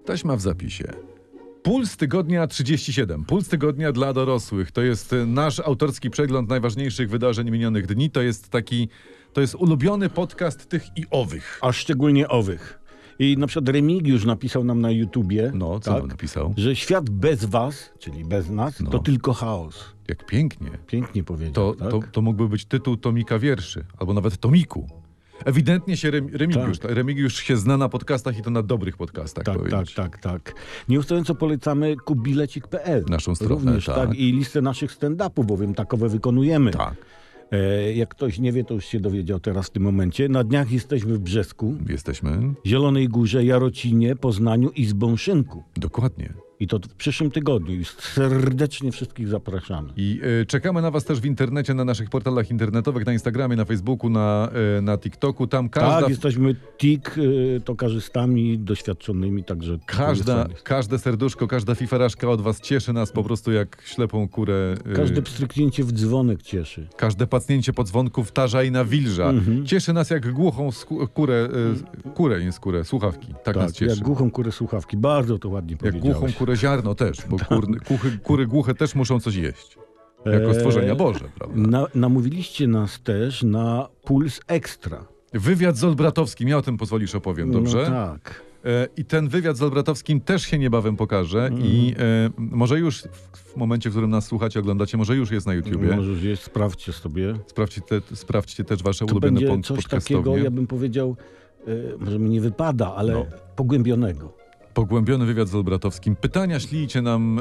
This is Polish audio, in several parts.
Taśma w zapisie. Puls tygodnia 37. Puls tygodnia dla dorosłych. To jest nasz autorski przegląd najważniejszych wydarzeń minionych dni. To jest ulubiony podcast tych i owych. A szczególnie owych. I na przykład Remigiusz napisał nam na YouTubie, No, co nam napisał? że świat bez was, czyli bez nas, to tylko chaos. Jak pięknie. Pięknie powiedział. To mógłby być tytuł tomika wierszy, albo nawet tomiku. Ewidentnie się Remigiusz się zna na podcastach i to na dobrych podcastach. Tak. Nieustająco polecamy kubilecik.pl. Naszą stronę, również, tak. I listę naszych stand-upów, bowiem takowe wykonujemy. Tak. Jak ktoś nie wie, to już się dowiedział teraz w tym momencie. Na dniach jesteśmy w Brzesku, Jesteśmy. Zielonej Górze, Jarocinie, Poznaniu i Zbąszynku. Dokładnie. I to w przyszłym tygodniu. Już serdecznie wszystkich zapraszamy. I czekamy na was też w internecie, na naszych portalach internetowych, na Instagramie, na Facebooku, na TikToku. Tam każda... Tak, jesteśmy TikTokarzystami doświadczonymi, także... Każde serduszko, każda fifaraszka od was cieszy nas po prostu jak ślepą kurę. Każde pstryknięcie w dzwonek cieszy. Każde pacnięcie po dzwonku w tarza i na wilża. Cieszy nas jak głuchą skórę, słuchawki. Tak nas cieszy. Jak głuchą kurę słuchawki. Bardzo to ładnie powiedziałeś. Jak głuchą kurę ziarno też, bo kury głuche też muszą coś jeść. Jako stworzenia Boże, prawda? Namówiliście nas też na Puls Ekstra. Wywiad z Olbratowskim, ja o tym pozwolisz opowiem, dobrze? No tak. I ten wywiad z Olbratowskim też się niebawem pokaże i może już w momencie, w którym nas słuchacie, oglądacie, może już jest na YouTubie. Może już jest, sprawdźcie sobie. Sprawdźcie też wasze to ulubione będzie coś takiego, ja bym powiedział, może mi nie wypada, ale pogłębionego. Pogłębiony wywiad z Olbratowskim. Pytania ślijcie nam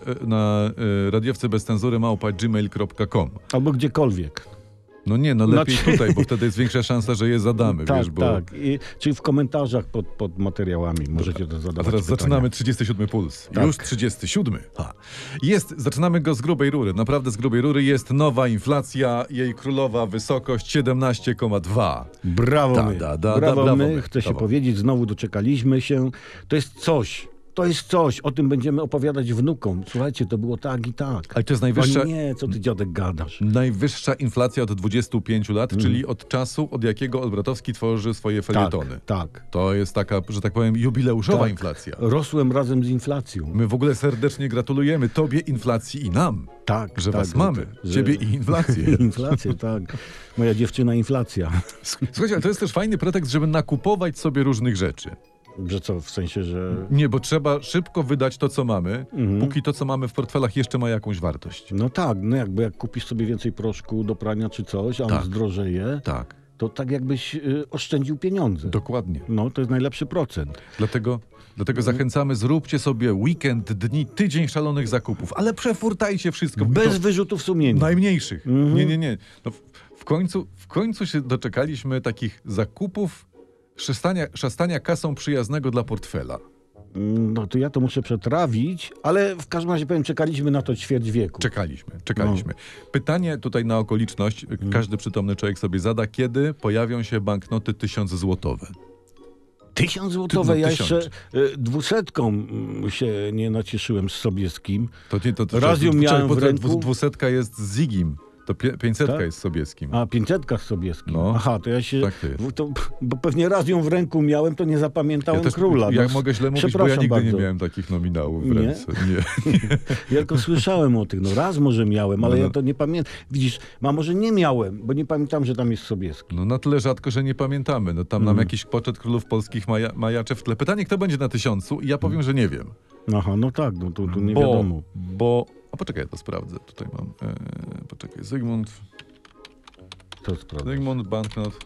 na radiowcy bez cenzury @gmail.com. Albo gdziekolwiek. No nie, lepiej tutaj, bo wtedy jest większa szansa, że je zadamy. Tak, wiesz, bo... tak. Czyli w komentarzach pod materiałami możecie to zadawać. A teraz pytania. zaczynamy 37 puls. Tak. Już 37. Zaczynamy go z grubej rury. Naprawdę z grubej rury. Jest nowa inflacja. Jej królowa wysokość 17,2. Brawo my. Brawo my. Chcę się Brawo. powiedzieć, znowu doczekaliśmy się. To jest coś. O tym będziemy opowiadać wnukom. Słuchajcie, to było tak i tak. Ale to jest najwyższa... Nie, co ty dziadek gadasz? Najwyższa inflacja od 25 lat, czyli od czasu, od jakiego Olbratowski tworzy swoje felietony. Tak. To jest taka, że tak powiem, jubileuszowa inflacja. Rosłem razem z inflacją. My w ogóle serdecznie gratulujemy tobie, inflacji i nam. Tak. Że was mamy. Ciebie i inflację. Inflację, tak. Moja dziewczyna inflacja. Słuchajcie, ale to jest też fajny pretekst, żeby nakupować sobie różnych rzeczy. Że co, w sensie, że... Nie, bo trzeba szybko wydać to, co mamy, póki to, co mamy w portfelach, jeszcze ma jakąś wartość. No tak, jak kupisz sobie więcej proszku do prania czy coś, a on zdrożeje, to tak jakbyś oszczędził pieniądze. Dokładnie. No, to jest najlepszy procent. Dlatego zachęcamy, zróbcie sobie weekend, dni, tydzień szalonych zakupów, ale przefurtajcie wszystko. Bez wyrzutów sumienia. Najmniejszych. Nie. No, w końcu się doczekaliśmy takich zakupów, szastania kasą przyjaznego dla portfela. No to ja to muszę przetrawić, ale w każdym razie powiem, czekaliśmy na to ćwierć wieku. Czekaliśmy. Pytanie tutaj na okoliczność, każdy przytomny człowiek sobie zada, kiedy pojawią się banknoty 1000-złotowe. 1000 złotowe, ja jeszcze 200 się nie nacieszyłem z Sobieskim. Raz ją miałem w ręku. 200 jest z Zigim. To 500 jest z Sobieskim. A, 500 z Sobieskim. No. Aha, to ja się... Tak to jest. Bo pewnie raz ją w ręku miałem, to nie zapamiętałem króla. Ja mogę źle mówić, bo ja nigdy nie miałem takich nominałów w ręce. Nie. Ja tylko słyszałem o tych. Raz może miałem, ale ja to nie pamiętam. Widzisz, może nie miałem, bo nie pamiętam, że tam jest Sobieski. No na tyle rzadko, że nie pamiętamy. Tam nam jakiś poczet królów polskich majacze w tle. Pytanie, kto będzie na 1000 i ja powiem, że nie wiem. Aha, no tak, no to nie wiadomo. A poczekaj, ja to sprawdzę. Tutaj mam. Poczekaj, Zygmunt. To sprawdzę. Zygmunt, banknot.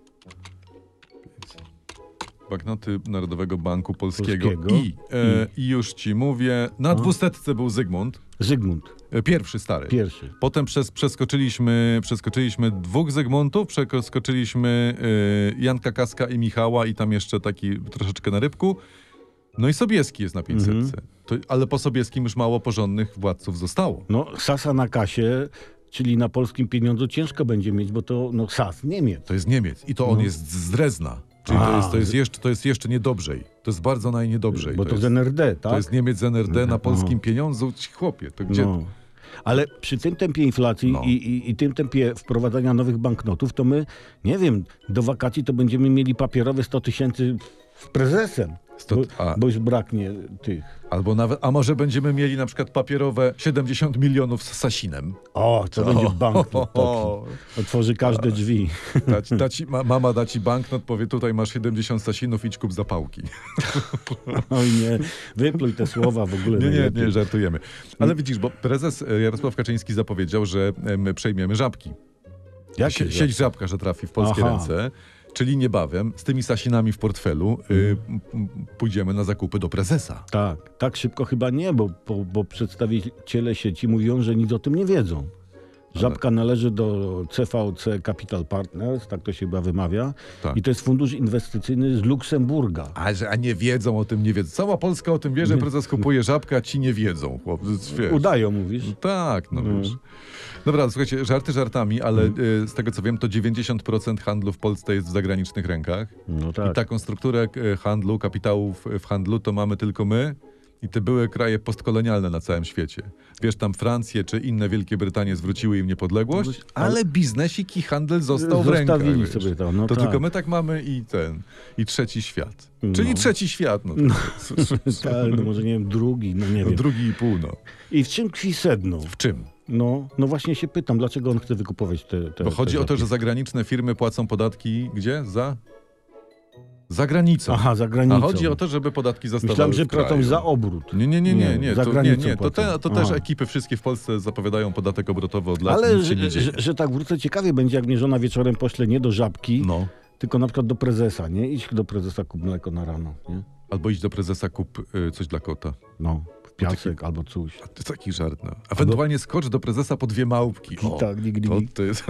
Banknoty Narodowego Banku Polskiego. I już ci mówię, na 200 był Zygmunt. Pierwszy, stary. Potem przeskoczyliśmy 2 Zygmuntów, przeskoczyliśmy Janka Kaska i Michała i tam jeszcze taki troszeczkę na rybku. No i Sobieski jest na 500. Ale po Sobieskim już mało porządnych władców zostało. No, Sasa na kasie, czyli na polskim pieniądzu ciężko będzie mieć, bo to Sas, Niemiec. To jest Niemiec i to on jest z Drezna. Czyli to jest jeszcze niedobrzej. To jest bardzo najniedobrzej. Bo to z NRD, tak? To jest Niemiec z NRD na polskim pieniądzu. Chłopie, to gdzie... No. Ale przy tym tempie inflacji i tym tempie wprowadzania nowych banknotów, to my, nie wiem, do wakacji to będziemy mieli papierowe 100 000 z prezesem. Bo już braknie tych. Albo nawet, a może będziemy mieli na przykład papierowe 70 milionów z Sasinem. O, to będzie banknot taki. Otworzy każde drzwi. Mama da ci banknot, powie, tutaj masz 70 Sasinów, idź kup zapałki. Oj nie, wypluj te słowa w ogóle. Nie, żartujemy. Ale widzisz, bo prezes Jarosław Kaczyński zapowiedział, że my przejmiemy żabki. Sieć żabka, że trafi w polskie ręce. Czyli niebawem z tymi Sasinami w portfelu pójdziemy na zakupy do prezesa. Tak szybko chyba nie, bo przedstawiciele sieci mówią, że nic o tym nie wiedzą. Żabka należy do CVC Capital Partners, tak to się chyba wymawia. Tak. I to jest fundusz inwestycyjny z Luksemburga. A nie wiedzą o tym, nie wiedzą. Cała Polska o tym wie, że prezes kupuje żabkę, a ci nie wiedzą. Udają, mówisz? Tak, wiesz. Dobra, słuchajcie, żarty żartami, ale z tego co wiem, to 90% handlu w Polsce jest w zagranicznych rękach. No tak. I taką strukturę handlu, kapitałów w handlu to mamy tylko my i te były kraje postkolonialne na całym świecie. Wiesz, tam Francję czy inne Wielkie Brytanie zwróciły im niepodległość, ale biznesik i handel został w rękach. Zostawili sobie to. No to tylko my tak mamy i trzeci świat. Czyli trzeci świat. Tak, może nie wiem, drugi, nie wiem. Drugi i pół, I w czym tkwi sedno? W czym? No właśnie się pytam, dlaczego on chce wykupować te Bo chodzi o to, że zagraniczne firmy płacą podatki gdzie? Za granicą. Aha, za granicą. A chodzi o to, żeby podatki zostawały Myślałem, że płacą za obrót. Nie. Za granicą To też ekipy wszystkie w Polsce zapowiadają podatek obrotowy od lat. Ale że tak wrócę, ciekawie będzie, jak mnie żona wieczorem pośle nie do żabki, tylko na przykład do prezesa, nie? Idź do prezesa, kup mleko na rano, nie? Albo idź do prezesa, kup coś dla kota. Piasek albo coś. To jest taki żart. Ewentualnie skocz do prezesa po 2 małpki. Tak, nigdy. To jest...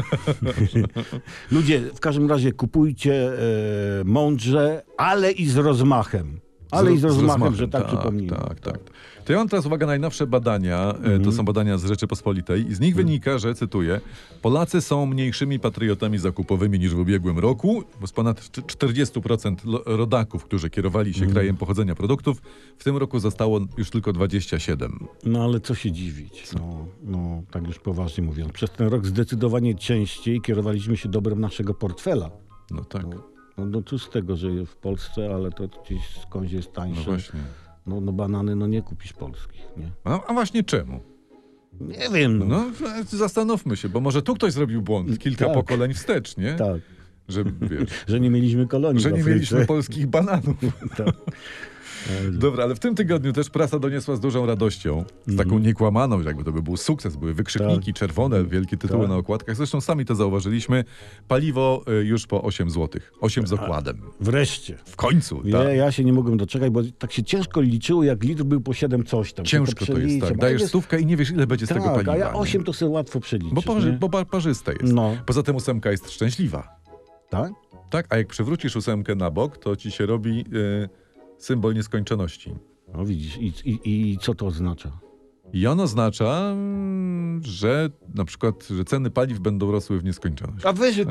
Ludzie, w każdym razie kupujcie mądrze, ale i z rozmachem. I z rozmachem, że tak przypomnijmy. Tak. To ja mam teraz, uwaga, najnowsze badania, to są badania z Rzeczypospolitej i z nich wynika, że, cytuję, Polacy są mniejszymi patriotami zakupowymi niż w ubiegłym roku, bo z ponad 40% rodaków, którzy kierowali się krajem pochodzenia produktów, w tym roku zostało już tylko 27%. No ale co się dziwić, tak już poważnie mówiąc. Przez ten rok zdecydowanie częściej kierowaliśmy się dobrem naszego portfela. No tak. No tu z tego, że w Polsce, ale to gdzieś skądś jest tańsze. No właśnie. No banany nie kupisz polskich, nie? A właśnie czemu? Nie wiem. Zastanówmy się, bo może tu ktoś zrobił błąd kilka pokoleń wstecz, nie? Tak. Że, wiesz, że nie mieliśmy kolonii. Że nie mieliśmy polskich bananów. Tak. Dobra, ale w tym tygodniu też prasa doniosła z dużą radością, z taką niekłamaną, jakby to był sukces, były wykrzykniki czerwone, wielkie tytuły na okładkach. Zresztą sami to zauważyliśmy. Paliwo już po 8 zł. 8 z okładem. Wreszcie. W końcu. Ja się nie mogłem doczekać, bo tak się ciężko liczyło, jak litr był po 7 coś tam. Ciężko to jest, tak. Dajesz stówkę i nie wiesz, ile będzie z tego paliwa. A ja 8 to sobie łatwo przeliczyć. Bo parzyste jest. Poza tym 8 jest szczęśliwa. Tak? Tak, a jak przewrócisz 8 na bok, to ci się robi... symbol nieskończoności. No widzisz, i co to oznacza? I on oznacza, że na przykład, że ceny paliw będą rosły w nieskończoność. A weź,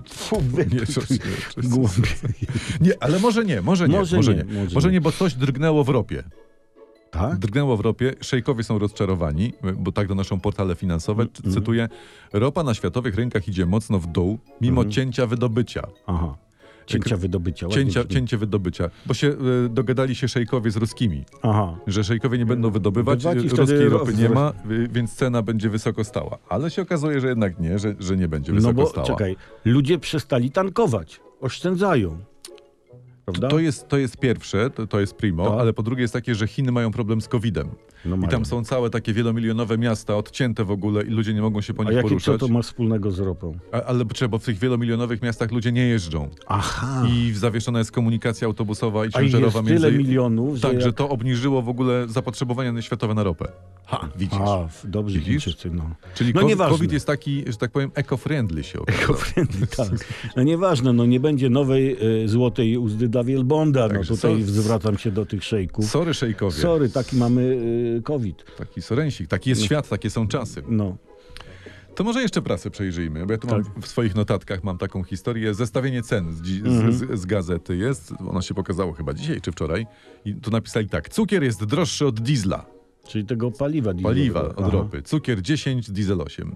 nie, ale może nie, bo coś drgnęło w ropie. Tak? Drgnęło w ropie, szejkowie są rozczarowani, bo tak donoszą portale finansowe, cytuję, ropa na światowych rynkach idzie mocno w dół, mimo cięcia wydobycia. Aha. Cięcie wydobycia, bo się dogadali się szejkowie z ruskimi, że szejkowie nie będą wydobywać, ruskiej ropy nie ma, więc cena będzie wysoko stała. Ale się okazuje, że jednak nie, że nie będzie wysoko stała. Czekaj, ludzie przestali tankować, oszczędzają. Prawda? To jest pierwsze, to jest primo, ale po drugie jest takie, że Chiny mają problem z COVID-em. I tam są całe takie wielomilionowe miasta odcięte w ogóle i ludzie nie mogą się po nich poruszać. Co to ma wspólnego z ropą? Ale bo w tych wielomilionowych miastach ludzie nie jeżdżą. Aha. I zawieszona jest komunikacja autobusowa i ciężarowa między... tyle milionów, że to obniżyło w ogóle zapotrzebowanie światowe na ropę. Widzisz? Dobrze, widzisz? Czyli COVID jest taki, że tak powiem, eco-friendly się okazał. Eco-friendly, tak. No nieważne, nie będzie nowej złotej uzdy dla wielbłąda. Także tutaj zwracam się do tych szejków. Sorry, szejkowie. Sorry, taki mamy COVID. Taki sorensik, taki jest świat, takie są czasy. To może jeszcze prasę przejrzyjmy, bo ja tu mam w swoich notatkach mam taką historię, zestawienie cen z gazety jest, ono się pokazało chyba dzisiaj czy wczoraj i tu napisali tak, cukier jest droższy od diesla. Czyli tego paliwa od ropy. Cukier 10, diesel 8.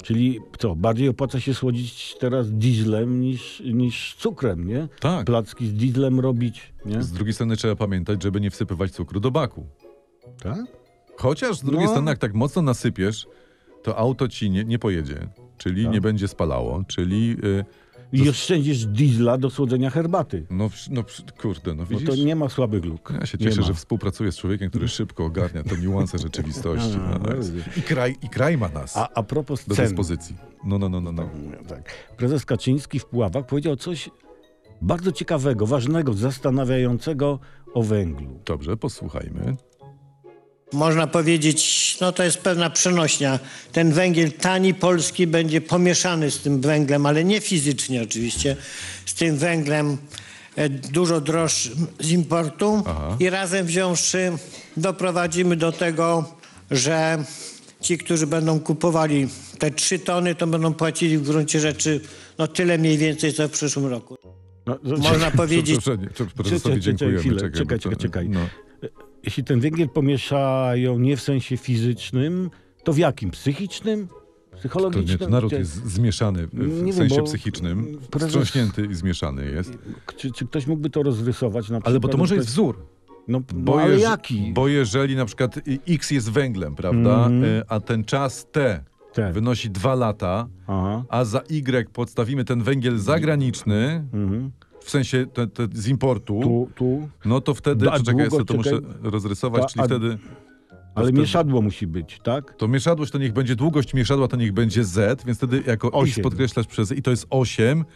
Czyli co, bardziej opłaca się słodzić teraz dieslem niż cukrem, nie? Tak. Placki z dieslem robić, nie? Z drugiej strony trzeba pamiętać, żeby nie wsypywać cukru do baku. Tak? Chociaż z drugiej strony, jak tak mocno nasypiesz, to auto ci nie pojedzie, czyli nie będzie spalało, czyli... I oszczędzisz diesla do słodzenia herbaty. Kurde, Bo widzisz? to nie ma słabych luk. Ja się cieszę, że współpracuję z człowiekiem, który szybko ogarnia te niuanse rzeczywistości. I kraj ma nas A propos do cen. dyspozycji. No. Tak. Prezes Kaczyński w Puławach powiedział coś bardzo ciekawego, ważnego, zastanawiającego o węglu. Dobrze, posłuchajmy. Można powiedzieć, no to jest pewna przenośnia. Ten węgiel tani polski będzie pomieszany z tym węglem, ale nie fizycznie oczywiście, z tym węglem dużo droższym z importu. I razem wziąwszy doprowadzimy do tego, że ci, którzy będą kupowali te 3 tony, to będą płacili w gruncie rzeczy no tyle mniej więcej co w przyszłym roku. Można powiedzieć... Prezesowi dziękujemy. Czekaj. Jeśli ten węgiel pomieszają nie w sensie fizycznym, to w jakim? Psychicznym? Psychologicznym? To naród jest zmieszany w sensie psychicznym, wstrząśnięty i zmieszany jest. Czy ktoś mógłby to rozrysować? Na przykład, ale bo to może jest wzór. Ale jaki? Bo jeżeli na przykład X jest węglem, prawda, a ten czas T wynosi 2 lata, a za Y podstawimy ten węgiel zagraniczny, w sensie z importu, no to wtedy, to muszę rozrysować, czyli wtedy... Ale mieszadło musi być, tak? To mieszadłość to niech będzie długość mieszadła, to niech będzie Z, więc wtedy jako 8. X podkreślasz przez i to jest 8,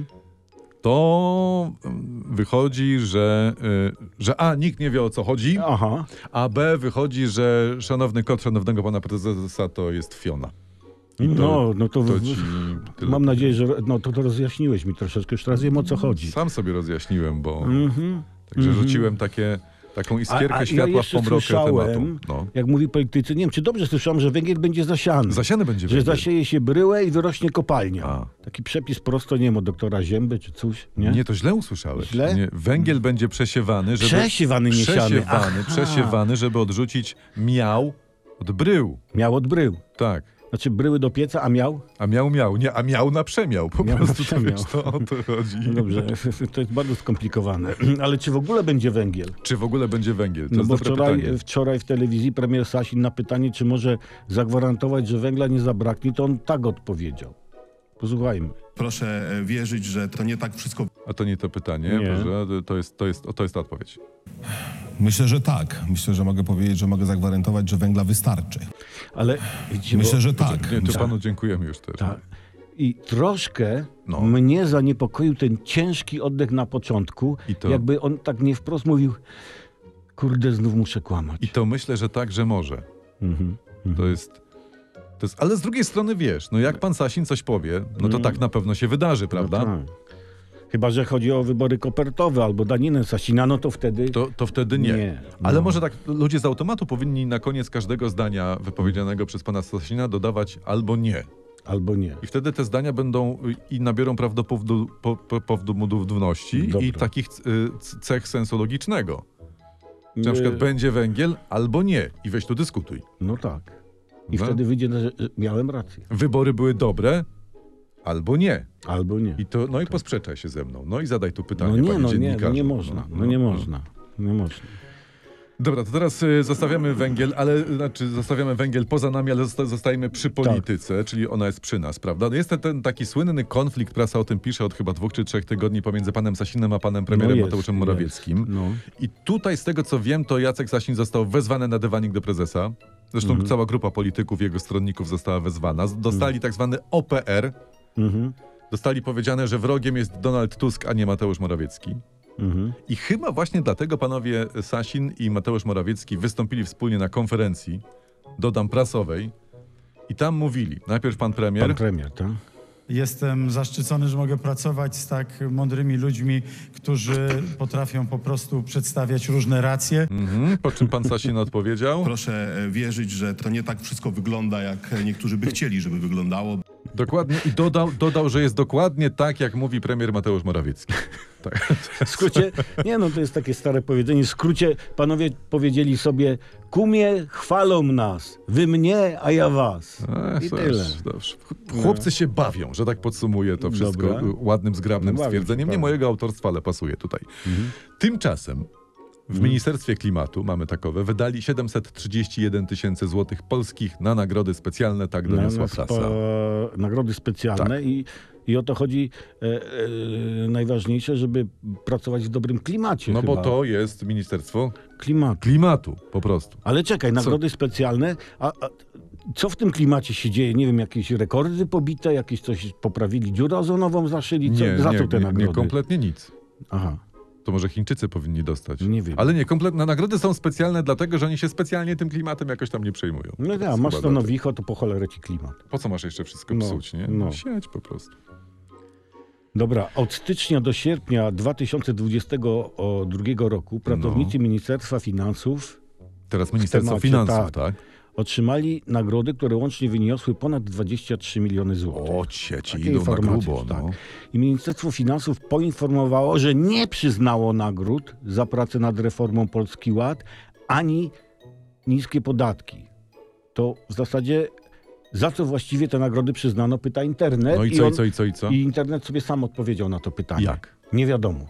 to wychodzi, że A, nikt nie wie o co chodzi, a B, wychodzi, że szanowny kot szanownego pana prezesa to jest Fiona. Mam nadzieję, że to rozjaśniłeś mi troszeczkę, już teraz wiem o co chodzi. Sam sobie rozjaśniłem, bo także rzuciłem taką iskierkę światła w pomrokę tematu. Jak mówi politycy, nie wiem, czy dobrze słyszałem, że węgiel będzie zasiany. Zasiany będzie że węgiel. Zasieje się bryłę i wyrośnie kopalnia. Taki przepis prosto nie ma doktora Zięby czy coś, nie? Nie, to źle usłyszałeś. Źle? Nie, węgiel będzie przesiewany, żeby... Przesiewany, żeby odrzucić miał od brył. Miał od brył. Tak. Znaczy bryły do pieca, a miał? A miał. Nie, a miał na przemiał. Po prostu to, wiesz, to o to chodzi. No dobrze, to jest bardzo skomplikowane. Ale czy w ogóle będzie węgiel? Czy w ogóle będzie węgiel? To no jest bo dobre wczoraj w telewizji premier Sasin na pytanie, czy może zagwarantować, że węgla nie zabraknie, to on tak odpowiedział. Posłuchajmy. Proszę wierzyć, że to nie tak wszystko... A to nie to pytanie, że to jest ta odpowiedź. Myślę, że tak. Myślę, że mogę powiedzieć, że mogę zagwarantować, że węgla wystarczy. Ale myślę, że tak. To panu dziękujemy już też. Tak. I troszkę mnie zaniepokoił ten ciężki oddech na początku, jakby on tak nie wprost mówił, kurde, znów muszę kłamać. I to myślę, że tak, że może. To jest... Ale z drugiej strony wiesz, jak pan Sasin coś powie, to tak na pewno się wydarzy, prawda? No tak. Chyba że chodzi o wybory kopertowe albo daninę Sasina, to wtedy... To wtedy nie. Ale może tak ludzie z automatu powinni na koniec każdego zdania wypowiedzianego przez pana Sasina dodawać albo nie. Albo nie. I wtedy te zdania będą i nabiorą prawdopodobności i takich cech sensu logicznego. Czy na przykład będzie węgiel albo nie. I weź tu dyskutuj. No tak. I wtedy wyjdzie, że miałem rację. Wybory były dobre albo nie. Albo nie. I posprzeczaj się ze mną. I zadaj tu pytanie, panie dziennikarzu. Nie można. Nie można. Dobra, to teraz zostawiamy węgiel, zostawiamy węgiel poza nami, ale zostajemy przy polityce, czyli ona jest przy nas, prawda? Jest ten taki słynny konflikt, prasa o tym pisze od chyba 2 czy 3 tygodni pomiędzy panem Sasinem a panem premierem Mateuszem Morawieckim. I tutaj z tego co wiem, to Jacek Sasin został wezwany na dywanik do prezesa. Zresztą cała grupa polityków, jego stronników została wezwana. Dostali tak zwany OPR. Dostali powiedziane, że wrogiem jest Donald Tusk, a nie Mateusz Morawiecki. I chyba właśnie dlatego panowie Sasin i Mateusz Morawiecki wystąpili wspólnie na konferencji, dodam prasowej, i tam mówili, najpierw pan premier. Pan premier, tak? Jestem zaszczycony, że mogę pracować z tak mądrymi ludźmi, którzy potrafią po prostu przedstawiać różne racje. Po czym pan Sasin odpowiedział? Proszę wierzyć, że to nie tak wszystko wygląda, jak niektórzy by chcieli, żeby wyglądało. Dokładnie i dodał, że jest dokładnie tak, jak mówi premier Mateusz Morawiecki. Tak. W skrócie, to jest takie stare powiedzenie, w skrócie panowie powiedzieli sobie, kumie chwalą nas, wy mnie, a ja was. I tyle. Dobrze. Chłopcy się bawią, że tak podsumuję to wszystko Dobra. ładnym, zgrabnym Bawią się, stwierdzeniem. Nie bawią. mojego autorstwa, ale pasuje tutaj. Tymczasem w Ministerstwie Klimatu, mamy takowe, wydali 731 tysięcy złotych polskich na nagrody specjalne, tak doniosła prasa. Nagrody specjalne Tak. i o to chodzi najważniejsze, żeby pracować w dobrym klimacie. No chyba. bo to jest Ministerstwo Klimat. Klimatu, po prostu. Ale czekaj, nagrody specjalne, a co w tym klimacie się dzieje? Nie wiem, jakieś rekordy pobite, jakieś coś poprawili, dziurę ozonową zaszyli? Za co te nagrody? Nie, kompletnie nic. Aha. To może Chińczycy powinni dostać. Nie wiem. Ale nie, kompletne nagrody są specjalne, dlatego że oni się specjalnie tym klimatem jakoś tam nie przejmują. No To tak, jest masz chyba to na dlatego. wicho, to po cholerę ci klimat. Po co masz jeszcze wszystko No, psuć, nie? no. Siedź po prostu. Dobra, od stycznia do sierpnia 2022 roku pracownicy Ministerstwa Finansów Teraz Ministerstwo temacie, Finansów, tak. tak? otrzymali nagrody, które łącznie wyniosły ponad 23 miliony złotych. O, cieci Takie idą na informacje, grubo, no. tak. I Ministerstwo Finansów poinformowało, że nie przyznało nagród za pracę nad reformą Polski Ład, ani niskie podatki. To w zasadzie za co właściwie te nagrody przyznano, pyta internet. No i co? I internet sobie sam odpowiedział na to pytanie. Jak? Nie wiadomo.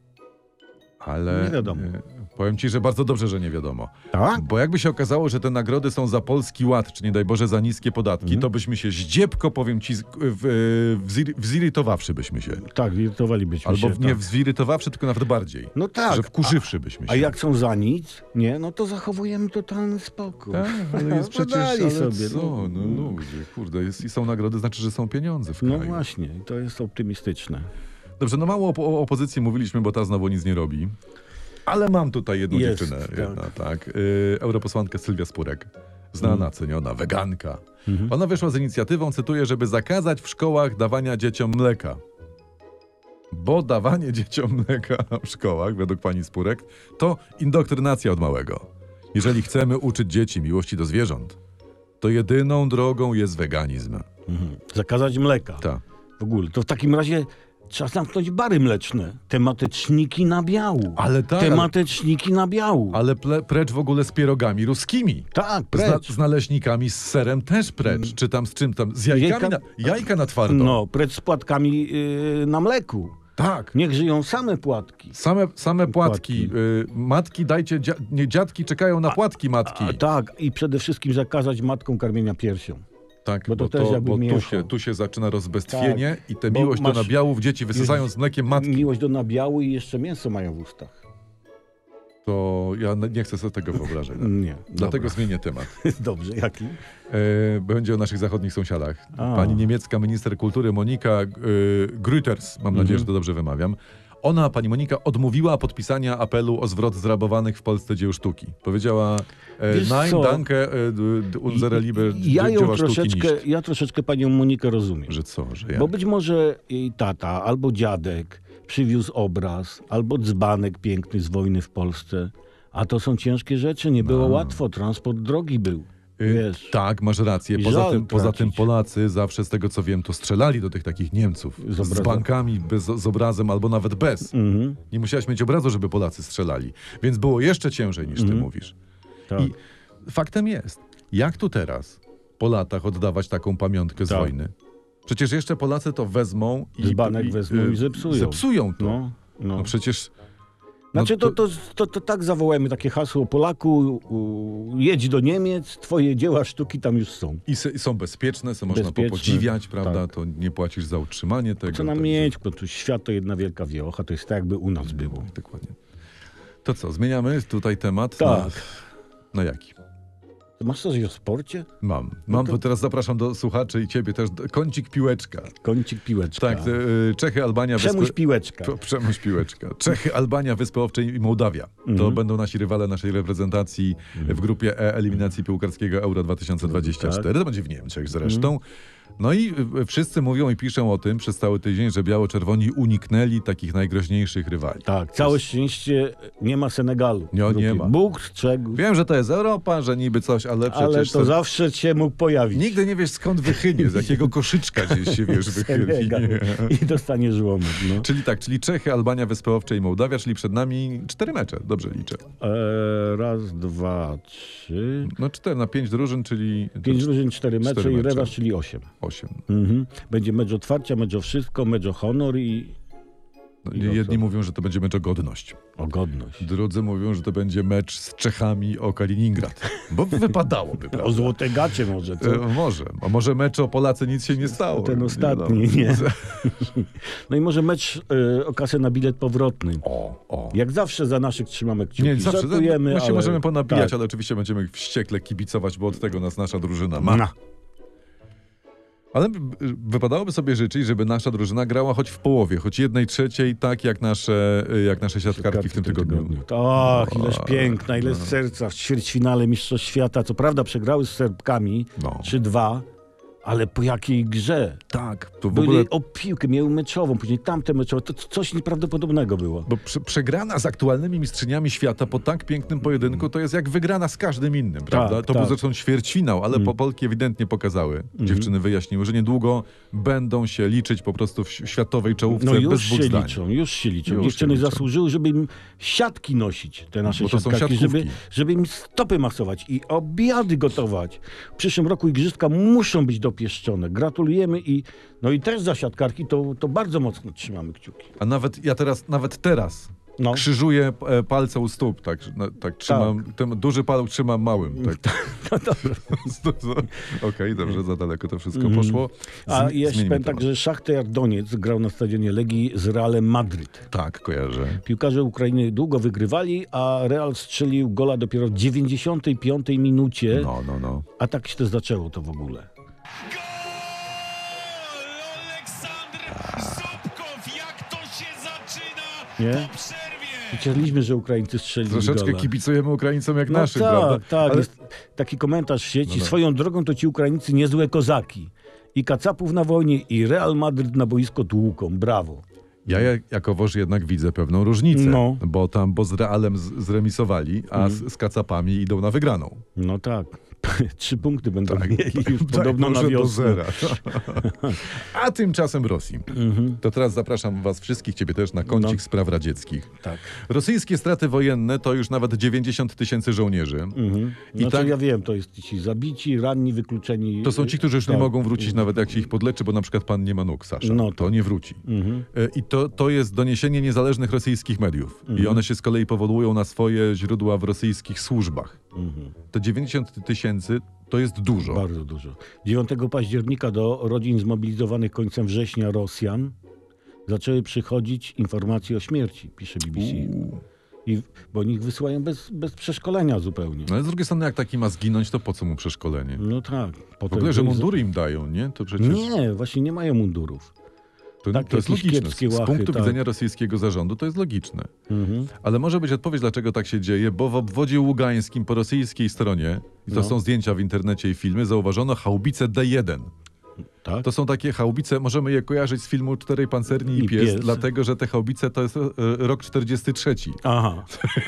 Ale Nie wiadomo. Powiem ci, że bardzo dobrze, że nie wiadomo. Tak? Bo jakby się okazało, że te nagrody są za Polski Ład, czy nie daj Boże za niskie podatki, to byśmy się zdziepko, powiem ci, wzirytowawszy byśmy się. Tak, irytowalibyśmy Albo się. nie tak. wzirytowawszy, tylko nawet bardziej. No tak. Że wkurzywszy byśmy się. A jak są za nic, no to zachowujemy totalny spokój. Tak, ale jest przecież, Podali ale sobie, co? No ludzie, kurde, i są nagrody, znaczy, że są pieniądze w kraju. No właśnie, to jest optymistyczne. Dobrze, no mało o opozycji mówiliśmy, bo ta znowu nic nie robi. Ale mam tutaj jedną Jest, dziewczynę. tak. Jedna, tak. Europosłankę Sylwia Spurek. Znana, ceniona, weganka. Ona wyszła z inicjatywą, cytuję, żeby zakazać w szkołach dawania dzieciom mleka. Bo dawanie dzieciom mleka w szkołach, według pani Spurek, to indoktrynacja od małego. Jeżeli chcemy uczyć dzieci miłości do zwierząt, to jedyną drogą jest weganizm. Zakazać mleka. Tak. W ogóle. To w takim razie trzeba zamknąć bary mleczne. Temateczniki nabiału. Ale tak, Temateczniki nabiału. ale precz w ogóle z pierogami ruskimi. Tak, precz. Z naleśnikami, z serem też precz. Czy tam z czym tam? Z jajkami jajka na twardo. No, precz z płatkami na mleku. Tak. Niech żyją same płatki. Same płatki. Matki dajcie, dziadki czekają na płatki matki. Tak, i przede wszystkim zakazać matkom karmienia piersią. Tak, bo to też jakby bo mięso. tu się zaczyna rozbestwienie Tak, i tę bo miłość do masz nabiałów dzieci wysysają z mlekiem matki. Miłość do nabiału i jeszcze mięso mają w ustach. To ja nie chcę sobie tego wyobrażać. Nie. Dlatego zmienię temat. Dobrze, jaki? Będzie o naszych zachodnich sąsiadach. A. Pani niemiecka minister kultury Monika Grüters, mam nadzieję, że to dobrze wymawiam. Pani Monika, odmówiła podpisania apelu o zwrot zrabowanych w Polsce dzieł sztuki. Powiedziała, Wiesz nein, co? danke, unsere liebe dzieła sztuki nicht. Ja troszeczkę panią Monikę rozumiem. Że co, że ja? Bo być może jej tata albo dziadek przywiózł obraz, albo dzbanek piękny z wojny w Polsce. A to są ciężkie rzeczy, nie było łatwo, transport drogi był. Wiesz. Tak, masz rację. I Poza żal tym tracić. Polacy zawsze, z tego co wiem, to strzelali do tych takich Niemców. Z Z obrazem. bankami, z obrazem albo nawet bez. Nie musiałeś mieć obrazu, żeby Polacy strzelali. Więc było jeszcze ciężej niż ty mówisz. Tak. I faktem jest, jak tu teraz po latach oddawać taką pamiątkę z Tak. wojny? Przecież jeszcze Polacy to wezmą Dzbanek wezmą i zepsują. Zepsują to. No. No przecież... no Znaczy to tak zawołajmy takie hasło: Polaku, jedź do Niemiec, twoje dzieła sztuki tam już są. I są bezpieczne, można Bezpieczne, podziwiać, prawda? tak. To nie płacisz za utrzymanie tego. Co nam także- mieć, bo tu świat to jedna wielka wiocha, to jest tak, jakby u nas było. Dokładnie. To co, zmieniamy tutaj temat? Tak. Na jaki? Masz coś o sporcie? Mam, bo teraz zapraszam do słuchaczy i ciebie też. Kącik piłeczka. Kącik piłeczka. Tak, Czechy, Albania, Przemuś piłeczka. Przemuś piłeczka. Czechy, Albania, Wyspy Owcze i Mołdawia. To będą nasi rywale naszej reprezentacji w grupie eliminacji piłkarskiego Euro 2024. Tak. To będzie w Niemczech zresztą. No i wszyscy mówią i piszą o tym przez cały tydzień, że biało-czerwoni uniknęli takich najgroźniejszych rywali. Tak, całe szczęście nie ma Senegalu. Nie ma. Bóg strzegł. Wiem, że to jest Europa, że niby coś, ale przecież... Ale to zawsze się mógł pojawić. Nigdy nie wiesz, skąd wychynie, z jakiego koszyczka gdzieś się, wiesz, wychyli. Senegal. I dostaniesz łomot. No. Czyli Czechy, Albania, Wyspy Owcze i Mołdawia, czyli przed nami 4 mecze. Dobrze liczę. Raz, dwa, trzy... No 4 na 5 drużyn, czyli... 5 drużyn, 4 mecze 4 i mecze. rewanż, czyli 8. 8. Będzie mecz otwarcia, mecz o wszystko, mecz o honor i Jedni mówią, że to będzie mecz o godność. o godność. Drudzy mówią, że to będzie mecz z Czechami o Kaliningrad. Bo wypadałoby, prawda? O złote gacie może, co? Może. A może mecz o Polacy nic się nie stało. Ten ostatni, nie. No i może mecz o kasę na bilet powrotny. O. Jak zawsze za naszych trzymamy kciuki. Nie, zawsze. Żartujemy, My się ale... możemy ponabijać, tak. ale oczywiście będziemy wściekle kibicować, bo od tego nas nasza drużyna ma. No. Ale wypadałoby sobie życzyć, żeby nasza drużyna grała choć w połowie, choć 1/3, tak jak nasze siatkarki w tym tygodniu. Tak, ileż piękna, ile serca w ćwierćfinale Mistrzostw Świata. Co prawda przegrały z Serbkami 3-2, ale po jakiej grze? Tak, to w Byli ogóle... o piłkę, miały meczową, później tamte meczowe. To coś nieprawdopodobnego było. Bo przegrana z aktualnymi mistrzyniami świata po tak pięknym pojedynku to jest jak wygrana z każdym innym, prawda? To był zresztą ćwierćfinał, ale Polki ewidentnie pokazały, dziewczyny wyjaśniły, że niedługo będą się liczyć po prostu w światowej czołówce No bez już dwóch się zdań. liczą, już się liczą. Już Dziewczyny się liczą. zasłużyły, żeby im siatki nosić, te nasze Bo to są siatkarki, siatkówki. żeby im stopy masować i obiady gotować. W przyszłym roku igrzyska muszą być dopieszczone. Gratulujemy i też za siatkarki to bardzo mocno trzymamy kciuki. A nawet teraz No. krzyżuję palce u stóp, tak trzymam, ten duży paluch trzymam małym. Tak. No dobra. Okej, dobrze, za daleko to wszystko poszło. A jeszcze Zmieńmy powiem tak, temat. że Szachtar Doniec grał na stadionie Legii z Realem Madryt. Tak, kojarzę. Piłkarze Ukrainy długo wygrywali, a Real strzelił gola dopiero w 95 minucie. No. A tak się to zaczęło to w ogóle. Aleksandr Sobkow, jak to się zaczyna Nie? po przerwie. Cieszyliśmy, że Ukraińcy strzelili Troszeczkę gola. kibicujemy Ukraińcom jak No naszym, tak, prawda? tak. Ale Jest taki komentarz w sieci. No. Swoją drogą to ci Ukraińcy niezłe kozaki. I kacapów na wojnie, i Real Madryt na boisko tłuką. Brawo. ja jako woż jednak widzę pewną różnicę, No. bo z Realem zremisowali, a z Kacapami idą na wygraną. No tak. 3 punkty będą Tak, mieli już podobno na może do wiosnę. zera. A tymczasem Rosji. To teraz zapraszam was wszystkich, ciebie też, na kącik spraw radzieckich. Tak. Rosyjskie straty wojenne to już nawet 90 000 żołnierzy. I No to tak, ja wiem, to jest ci zabici, ranni, wykluczeni. to są ci, którzy już nie Tak. mogą wrócić, nawet jak się ich podleczy, bo na przykład pan nie ma nóg, Sasza. No to nie wróci. I to jest doniesienie niezależnych rosyjskich mediów. I one się z kolei powołują na swoje źródła w rosyjskich służbach. To 90 000 to jest dużo. Bardzo dużo. 9 października do rodzin zmobilizowanych końcem września Rosjan zaczęły przychodzić informacje o śmierci, pisze BBC. Bo oni ich wysyłają bez przeszkolenia zupełnie. No ale z drugiej strony, jak taki ma zginąć, to po co mu przeszkolenie? No tak. W ogóle, że mundury im dają, nie? To przecież Nie, właśnie nie mają mundurów. to tak, jest jakieś logiczne. kiepskie Z łachy, punktu tak. widzenia rosyjskiego zarządu to jest logiczne. Ale może być odpowiedź, dlaczego tak się dzieje, bo w obwodzie ługańskim po rosyjskiej stronie, i to są zdjęcia w internecie i filmy, zauważono haubice D1. Tak? To są takie haubice, możemy je kojarzyć z filmu Czterej pancerni i pies, dlatego że te haubice to jest rok 43. Aha.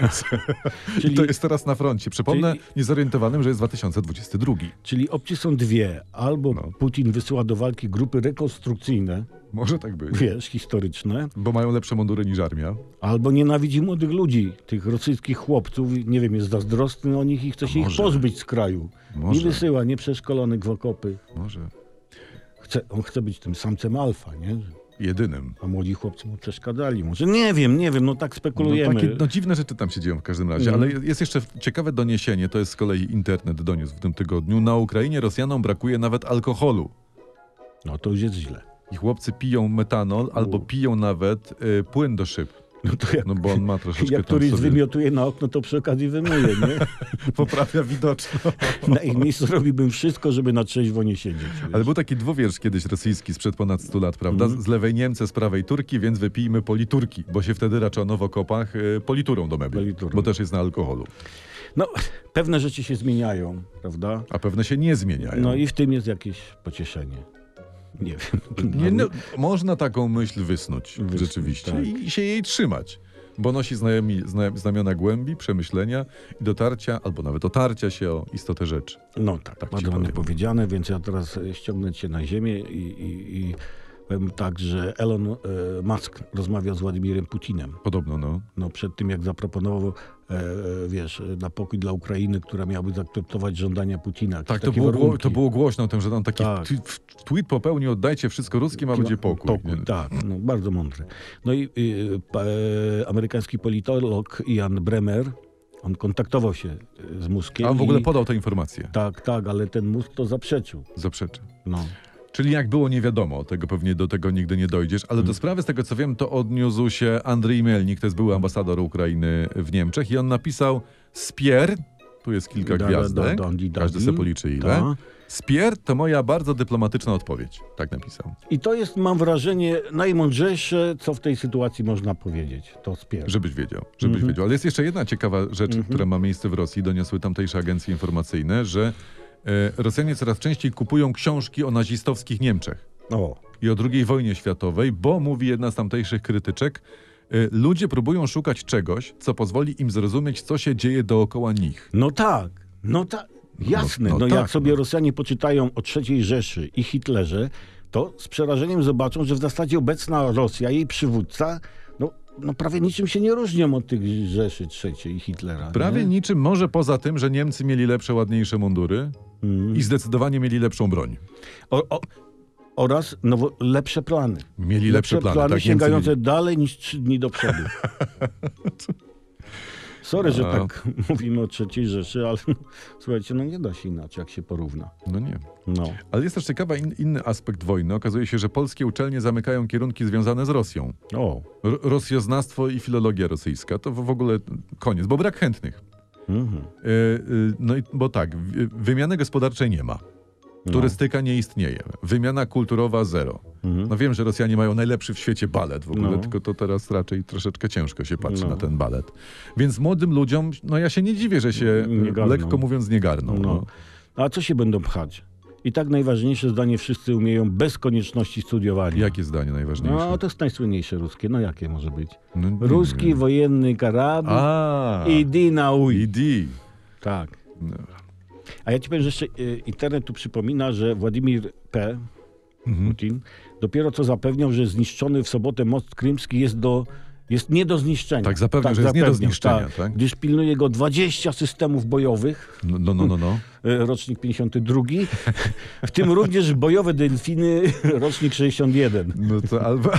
I to jest teraz na froncie. Przypomnę niezorientowanym, że jest 2022. Czyli opcje są dwie. Albo No. Putin wysyła do walki grupy rekonstrukcyjne, Może tak być. wiesz, historyczne, Bo mają lepsze mundury niż armia. albo nienawidzi młodych ludzi, tych rosyjskich chłopców, nie wiem, jest zazdrosny o nich i chce się ich może. pozbyć z kraju. Może. Nie wysyła nieprzeszkolonych w okopy. Może. On chce być tym samcem alfa, nie? Jedynym. A młodzi chłopcy mu przeszkadzali. Może nie wiem, no tak spekulujemy. Takie dziwne rzeczy tam się dzieją w każdym razie, ale jest jeszcze ciekawe doniesienie, to jest z kolei internet doniósł w tym tygodniu. Na Ukrainie Rosjanom brakuje nawet alkoholu. No to już jest źle. I chłopcy piją metanol albo piją nawet płyn do szyb. No to jak, No bo on ma troszeczkę jak tam któryś sobie... wymiotuje na okno, to przy okazji wymyje, nie? Poprawia widoczność. Na ich miejscu robiłbym wszystko, żeby na trzeźwo nie siedzieć. Wiesz? Ale był taki dwuwiersz kiedyś rosyjski sprzed ponad 100 lat, prawda? Z lewej Niemcy, z prawej Turki, więc wypijmy politurki, bo się wtedy raczono w okopach politurą do mebli, Politurą. bo też jest na alkoholu. No, pewne rzeczy się zmieniają, prawda? A pewne się nie zmieniają. No i w tym jest jakieś pocieszenie. Nie wiem. Nie, no, można taką myśl wysnuć rzeczywiście tak. i się jej trzymać, bo nosi znamiona głębi, przemyślenia i dotarcia, albo nawet otarcia się o istotę rzeczy. No tak, Tak ci bardzo ładnie powiem. powiedziane, więc ja teraz ściągnę cię na ziemię i powiem tak, że Elon Musk rozmawiał z Władimirem Putinem. Podobno, no. No, przed tym, jak zaproponował, na pokój dla Ukrainy, która miałaby zaakceptować żądania Putina. Jakieś Tak, takie warunki. to było głośno o tym, że on taki Tak. tweet popełnił, oddajcie wszystko ruskim, a będzie pokój. Nie? Tak, no, bardzo mądry. No i amerykański politolog Ian Bremmer, on kontaktował się z Muskiem. A on w ogóle podał tę informację. Tak, ale ten Musk to zaprzeczył. Zaprzeczy. No. Czyli jak było, nie wiadomo, tego pewnie do tego nigdy nie dojdziesz, ale do sprawy, z tego co wiem, to odniósł się Andrzej Melnik, to jest były ambasador Ukrainy w Niemczech i on napisał Spier, tu jest kilka gwiazdek, każdy sobie policzy ile. Ta. Spier to moja bardzo dyplomatyczna odpowiedź, tak napisał. I to jest, mam wrażenie, najmądrzejsze, co w tej sytuacji można powiedzieć. To spier. Żebyś wiedział. Ale jest jeszcze jedna ciekawa rzecz, która ma miejsce w Rosji, doniosły tamtejsze agencje informacyjne, że Rosjanie coraz częściej kupują książki o nazistowskich Niemczech O. i o II wojnie światowej, bo, mówi jedna z tamtejszych krytyczek, ludzie próbują szukać czegoś, co pozwoli im zrozumieć, co się dzieje dookoła nich. No tak. Jasne. No No, tak, jak sobie Rosjanie poczytają o III Rzeszy i Hitlerze, to z przerażeniem zobaczą, że w zasadzie obecna Rosja, jej przywódca, no prawie niczym się nie różnią od tych Rzeszy III i Hitlera. Prawie nie? niczym, może poza tym, że Niemcy mieli lepsze, ładniejsze mundury i zdecydowanie mieli lepszą broń. Oraz lepsze plany. Mieli lepsze plany. Tak, Niemcy sięgające mieli. dalej niż 3 dni do przodu. Sorry, że tak mówimy o III Rzeszy, ale słuchajcie, nie da się inaczej, jak się porówna. No nie. No. Ale jest też ciekawy inny aspekt wojny. Okazuje się, że polskie uczelnie zamykają kierunki związane z Rosją. O. Rosjoznawstwo i filologia rosyjska. To w ogóle koniec, bo brak chętnych. No i bo tak, wymiany gospodarczej nie ma. Turystyka nie istnieje. Wymiana kulturowa zero. No wiem, że Rosjanie mają najlepszy w świecie balet w ogóle, tylko to teraz raczej troszeczkę ciężko się patrzy na ten balet. Więc młodym ludziom, ja się nie dziwię, że się lekko mówiąc nie garną. No. A co się będą pchać? I tak najważniejsze zdanie wszyscy umieją bez konieczności studiowania. Jakie zdanie najważniejsze? No to jest najsłynniejsze ruskie. No jakie może być? No, Ruski wojenny karabin idy na uj. Idy. Tak. No. A ja ci powiem, że jeszcze internet tu przypomina, że Władimir Putin dopiero co zapewniał, że zniszczony w sobotę most krymski jest nie do zniszczenia. Tak, zapewniał, że jest nie do zniszczenia. Tak? Gdyż pilnuje go 20 systemów bojowych. No. Rocznik 52. W tym również bojowe delfiny, rocznik 61. No to albo...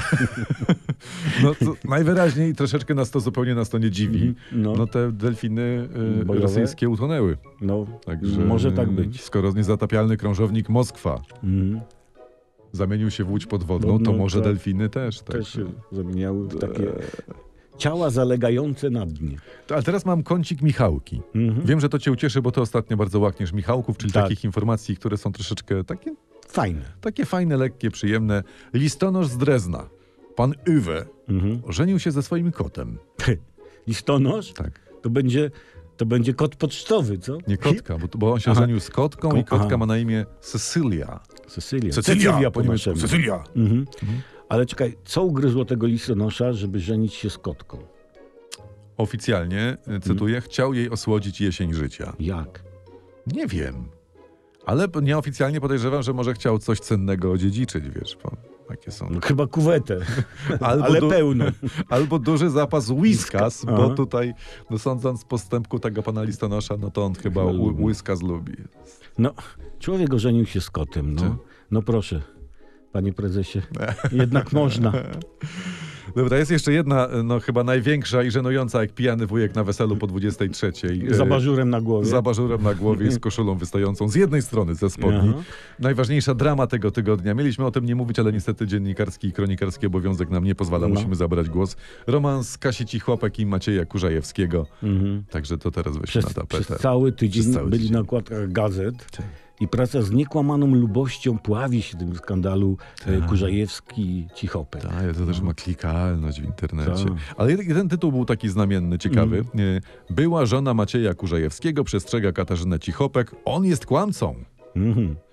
No to najwyraźniej troszeczkę zupełnie nas to nie dziwi. No te delfiny rosyjskie utonęły. No, także może tak być. Skoro niezatapialny krążownik Moskwa zamienił się w łódź podwodną, to może delfiny też. Też się zamieniały w takie ciała zalegające na dnie. Ale teraz mam kącik Michałki. Wiem, że to cię ucieszy, bo ty ostatnio bardzo łakniesz Michałków, czyli takich informacji, które są troszeczkę takie fajne, lekkie, przyjemne. Listonosz z Drezna, pan Uwe, ożenił się ze swoim kotem. Listonosz? Tak. To będzie kot pocztowy, co? Nie kotka, bo on się ożenił z kotką i kotka ma na imię Cecylia. Cecylia po niemiecku. Cecylia. Ale czekaj, co ugryzło tego listonosza, żeby żenić się z kotką? Oficjalnie, cytuję, chciał jej osłodzić jesień życia. Jak? Nie wiem. Ale nieoficjalnie podejrzewam, że może chciał coś cennego odziedziczyć, wiesz, bo jakie są. No, chyba kuwetę, ale pełną. Albo duży zapas whiskas, bo tutaj, sądząc z postępku tego pana listonosza, to on chyba whiskas lubi. No, człowiek ożenił się z kotem, no proszę, panie prezesie, jednak można. Dobra, jest jeszcze jedna, chyba największa i żenująca, jak pijany wujek na weselu po 23. Z abażurem na głowie. Z abażurem na głowie i z koszulą wystającą z jednej strony ze spodni. Najważniejsza drama tego tygodnia. Mieliśmy o tym nie mówić, ale niestety dziennikarski i kronikarski obowiązek nam nie pozwala. Musimy zabrać głos. Romans Kasi Cichopek i Macieja Kurzajewskiego. Także to teraz weźmy na tapetę. Przez cały tydzień byli na okładkach gazet. I praca z niekłamaną lubością pławi się w tym skandalu Kurzajewski-Cichopek. Tak, to też ma klikalność w internecie. Ale jeden tytuł był taki znamienny, ciekawy. Była żona Macieja Kurzajewskiego przestrzega Katarzynę Cichopek. On jest kłamcą.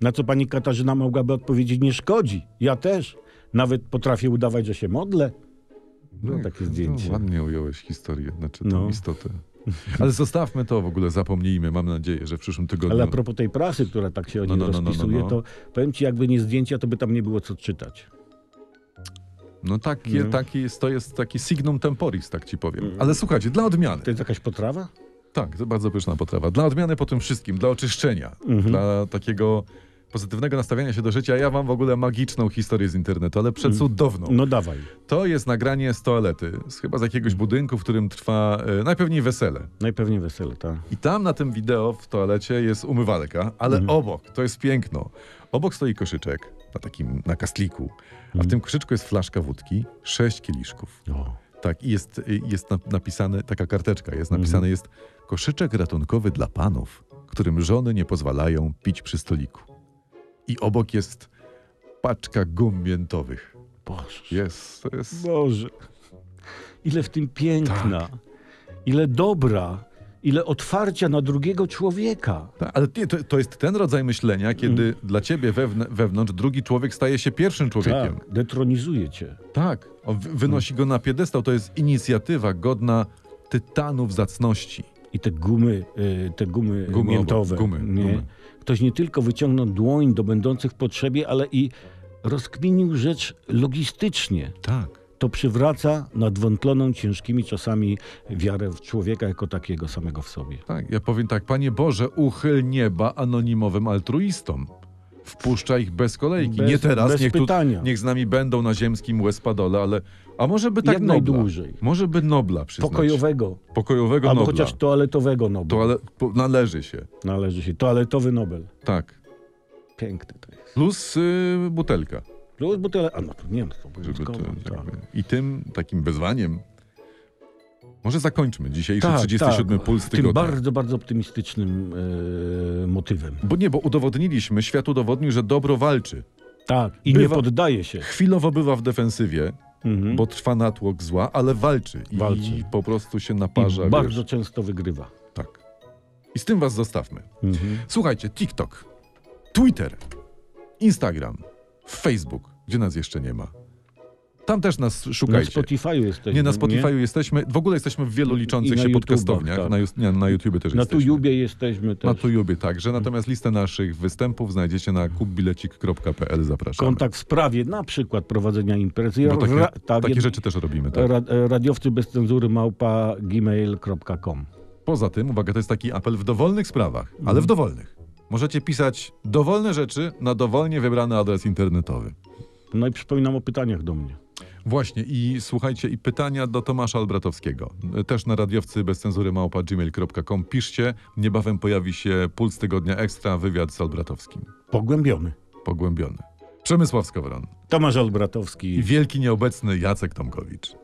Na co pani Katarzyna mogłaby odpowiedzieć, nie szkodzi. Ja też. Nawet potrafię udawać, że się modlę. No, takie zdjęcie. Ładnie ująłeś historię, znaczy tą istotę. Ale zostawmy to w ogóle, zapomnijmy. Mam nadzieję, że w przyszłym tygodniu... Ale a propos tej prasy, która tak się o niej rozpisuje, to powiem ci, jakby nie zdjęcia, to by tam nie było co czytać. No to jest taki signum temporis, tak ci powiem. Ale słuchajcie, dla odmiany. To jest jakaś potrawa? Tak, to bardzo pyszna potrawa. Dla odmiany po tym wszystkim, dla oczyszczenia, dla takiego pozytywnego nastawiania się do życia. Ja wam w ogóle magiczną historię z internetu, ale przecudowną. No dawaj. To jest nagranie z toalety, chyba z jakiegoś budynku, w którym trwa najpewniej wesele. Najpewniej wesele, tak. I tam na tym wideo w toalecie jest umywalka, ale obok, to jest piękno, obok stoi koszyczek na kastliku, a w tym koszyczku jest flaszka wódki, 6 kieliszków. O. Tak, i jest napisane, taka karteczka jest napisane, jest koszyczek ratunkowy dla panów, którym żony nie pozwalają pić przy stoliku. I obok jest paczka gum miętowych. Boże. To jest... Boże. Ile w tym piękna. Tak. Ile dobra. Ile otwarcia na drugiego człowieka. Tak, ale to jest ten rodzaj myślenia, kiedy dla ciebie wewnątrz drugi człowiek staje się pierwszym człowiekiem. Tak, detronizuje cię. Tak, wynosi go na piedestał. To jest inicjatywa godna tytanów zacności. I te gumy miętowe. Gumy. Ktoś nie tylko wyciągnął dłoń do będących w potrzebie, ale i rozkminił rzecz logistycznie. Tak. To przywraca nadwątloną ciężkimi czasami wiarę w człowieka jako takiego samego w sobie. Tak, ja powiem tak, Panie Boże, uchyl nieba anonimowym altruistom. Wpuszcza ich bez kolejki. Nie teraz, bez pytania. Niech z nami będą na ziemskim łez-padole, a może by tak jak Nobla. Najdłużej. Może by Nobla przyznać. Pokojowego Albo Nobla. Chociaż toaletowego Nobla. Należy się. Należy się. Toaletowy Nobel. Tak. Piękny to jest. Plus butelka. Plus butelka. A no to nie, to obowiązkowo. I tym takim wyzwaniem może zakończmy dzisiejszy 37 Puls Tygodnia. Tym bardzo, bardzo optymistycznym motywem. Bo udowodniliśmy, świat udowodnił, że dobro walczy. Tak, i nie poddaje się. Chwilowo bywa w defensywie, bo trwa natłok zła, ale walczy. I po prostu się naparza. I bardzo często wygrywa. Tak. I z tym was zostawmy. Słuchajcie, TikTok, Twitter, Instagram, Facebook, gdzie nas jeszcze nie ma. Tam też nas szukajcie. Na Spotify'u jesteśmy. Nie, na Spotify'u jesteśmy. W ogóle jesteśmy w wielu liczących się podcastowniach. Tak. Na YouTubie też jesteśmy. Na Tujubie jesteśmy też. Na Tujubie także. Natomiast listę naszych występów znajdziecie na kupbilecik.pl. Zapraszamy. Kontakt w sprawie na przykład prowadzenia imprezy. Takie rzeczy też robimy. Tak? Radiowcy bez cenzury @gmail.com. Poza tym, uwaga, to jest taki apel w dowolnych sprawach, ale w dowolnych. Możecie pisać dowolne rzeczy na dowolnie wybrany adres internetowy. No i przypominam o pytaniach do mnie. Właśnie i słuchajcie, i pytania do Tomasza Olbratowskiego. Też na radiowcy bez cenzury @gmail.com. Piszcie, niebawem pojawi się Puls Tygodnia Ekstra, wywiad z Olbratowskim. Pogłębiony. Przemysław Skowron. Tomasz Olbratowski. I wielki nieobecny Jacek Tomkowicz.